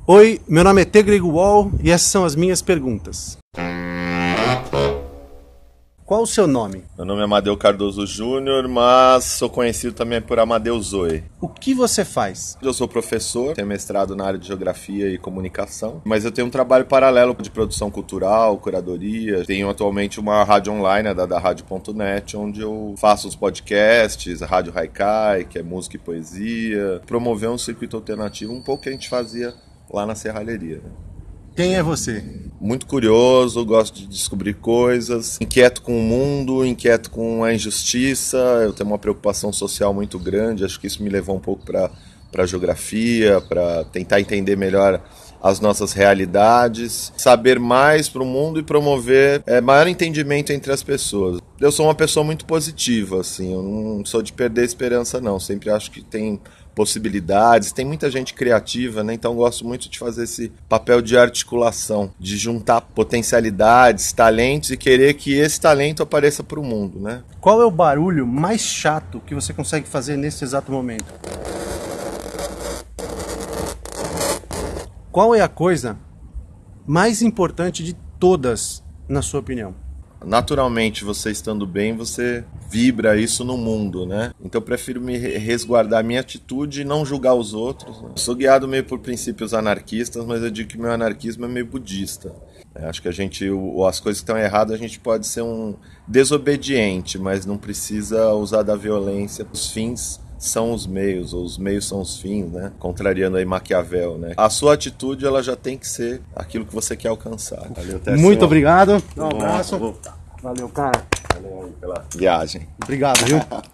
Oi, meu nome é T. Grego Wall e essas são as minhas perguntas. Qual o seu nome? Meu nome é Amadeu Cardoso Júnior, mas sou conhecido também por Amadeu Zoe. O que você faz? Eu sou professor, tenho mestrado na área de Geografia e Comunicação, mas eu tenho um trabalho paralelo de produção cultural, curadoria. Tenho atualmente uma rádio online, da Rádio.net, onde eu faço os podcasts, a Rádio Haikai, que é música e poesia, promover um circuito alternativo, um pouco que a gente fazia lá na Serralheria. Quem é você? Muito curioso, gosto de descobrir coisas, inquieto com o mundo, inquieto com a injustiça. Eu tenho uma preocupação social muito grande, acho que isso me levou um pouco para a geografia, para tentar entender melhor as nossas realidades, saber mais para o mundo e promover maior entendimento entre as pessoas. Eu sou uma pessoa muito positiva, assim, eu não sou de perder a esperança não, sempre acho que tem possibilidades, tem muita gente criativa, né? Então gosto muito de fazer esse papel de articulação, de juntar potencialidades, talentos e querer que esse talento apareça para o mundo, né? Qual é o barulho mais chato que você consegue fazer nesse exato momento? Qual é a coisa mais importante de todas, na sua opinião? Naturalmente, você estando bem, você vibra isso no mundo, né? Então eu prefiro me resguardar a minha atitude e não julgar os outros, né? Eu sou guiado meio por princípios anarquistas, mas eu digo que meu anarquismo é meio budista. Acho que as coisas que estão erradas, a gente pode ser um desobediente, mas não precisa usar da violência. Os fins são os meios, ou os meios são os fins, né? Contrariando aí Maquiavel, né? A sua atitude, ela já tem que ser aquilo que você quer alcançar. Valeu, muito obrigado. Um abraço. Valeu, Valeu, cara. Valeu aí pela viagem. Obrigado, viu?